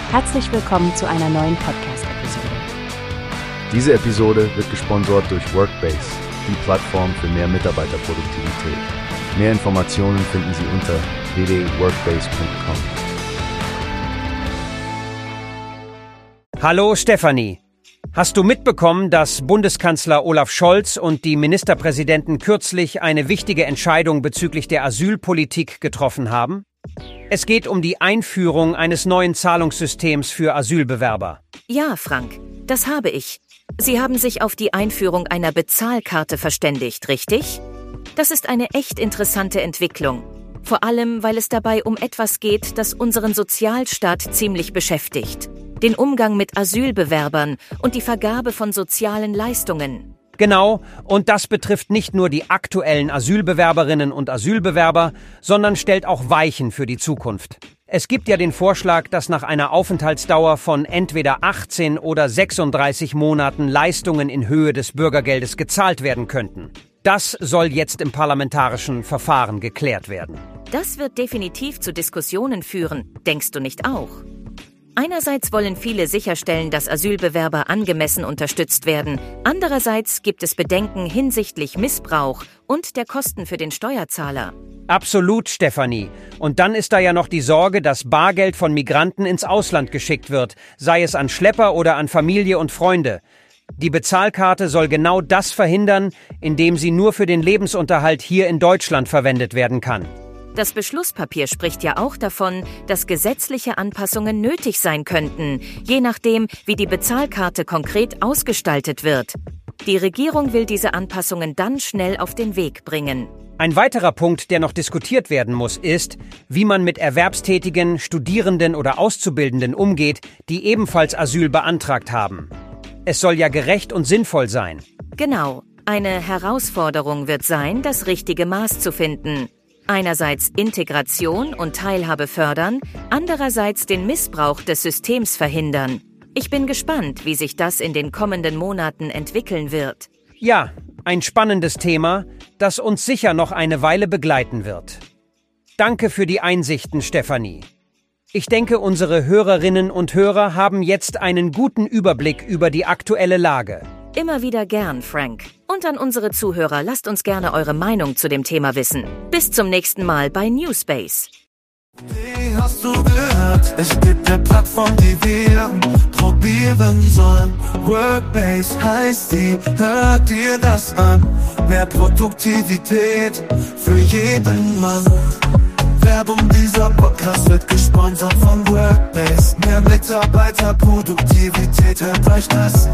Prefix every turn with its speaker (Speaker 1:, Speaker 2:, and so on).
Speaker 1: Herzlich willkommen zu einer neuen Podcast-Episode.
Speaker 2: Diese Episode wird gesponsert durch Workbase, die Plattform für mehr Mitarbeiterproduktivität. Mehr Informationen finden Sie unter www.workbase.com.
Speaker 3: Hallo Stefanie. Hast du mitbekommen, dass Bundeskanzler Olaf Scholz und die Ministerpräsidenten kürzlich eine wichtige Entscheidung bezüglich der Asylpolitik getroffen haben? Es geht um die Einführung eines neuen Zahlungssystems für Asylbewerber.
Speaker 4: Ja, Frank, das habe ich. Sie haben sich auf die Einführung einer Bezahlkarte verständigt, richtig? Das ist eine echt interessante Entwicklung. Vor allem, weil es dabei um etwas geht, das unseren Sozialstaat ziemlich beschäftigt. Den Umgang mit Asylbewerbern und die Vergabe von sozialen Leistungen.
Speaker 3: Genau, und das betrifft nicht nur die aktuellen Asylbewerberinnen und Asylbewerber, sondern stellt auch Weichen für die Zukunft. Es gibt ja den Vorschlag, dass nach einer Aufenthaltsdauer von entweder 18 oder 36 Monaten Leistungen in Höhe des Bürgergeldes gezahlt werden könnten. Das soll jetzt im parlamentarischen Verfahren geklärt werden.
Speaker 4: Das wird definitiv zu Diskussionen führen, denkst du nicht auch? Einerseits wollen viele sicherstellen, dass Asylbewerber angemessen unterstützt werden. Andererseits gibt es Bedenken hinsichtlich Missbrauch und der Kosten für den Steuerzahler.
Speaker 3: Absolut, Stefanie. Und dann ist da ja noch die Sorge, dass Bargeld von Migranten ins Ausland geschickt wird, sei es an Schlepper oder an Familie und Freunde. Die Bezahlkarte soll genau das verhindern, indem sie nur für den Lebensunterhalt hier in Deutschland verwendet werden kann.
Speaker 4: Das Beschlusspapier spricht ja auch davon, dass gesetzliche Anpassungen nötig sein könnten, je nachdem, wie die Bezahlkarte konkret ausgestaltet wird. Die Regierung will diese Anpassungen dann schnell auf den Weg bringen.
Speaker 3: Ein weiterer Punkt, der noch diskutiert werden muss, ist, wie man mit Erwerbstätigen, Studierenden oder Auszubildenden umgeht, die ebenfalls Asyl beantragt haben. Es soll ja gerecht und sinnvoll sein.
Speaker 4: Genau. Eine Herausforderung wird sein, das richtige Maß zu finden. Einerseits Integration und Teilhabe fördern, andererseits den Missbrauch des Systems verhindern. Ich bin gespannt, wie sich das in den kommenden Monaten entwickeln wird.
Speaker 3: Ja, ein spannendes Thema, das uns sicher noch eine Weile begleiten wird. Danke für die Einsichten, Stefanie. Ich denke, unsere Hörerinnen und Hörer haben jetzt einen guten Überblick über die aktuelle Lage.
Speaker 4: Immer wieder gern, Frank. Und an unsere Zuhörer, lasst uns gerne eure Meinung zu dem Thema wissen. Bis zum nächsten Mal bei Newspace.
Speaker 5: Wie hast du gehört? Es gibt eine Plattform, die wir probieren sollen. Workbase heißt die, hört dir das an. Mehr Produktivität für jeden Mann. Werbung, dieser Podcast wird gesponsert von Workbase. Mehr Mitarbeiterproduktivität, hört euch das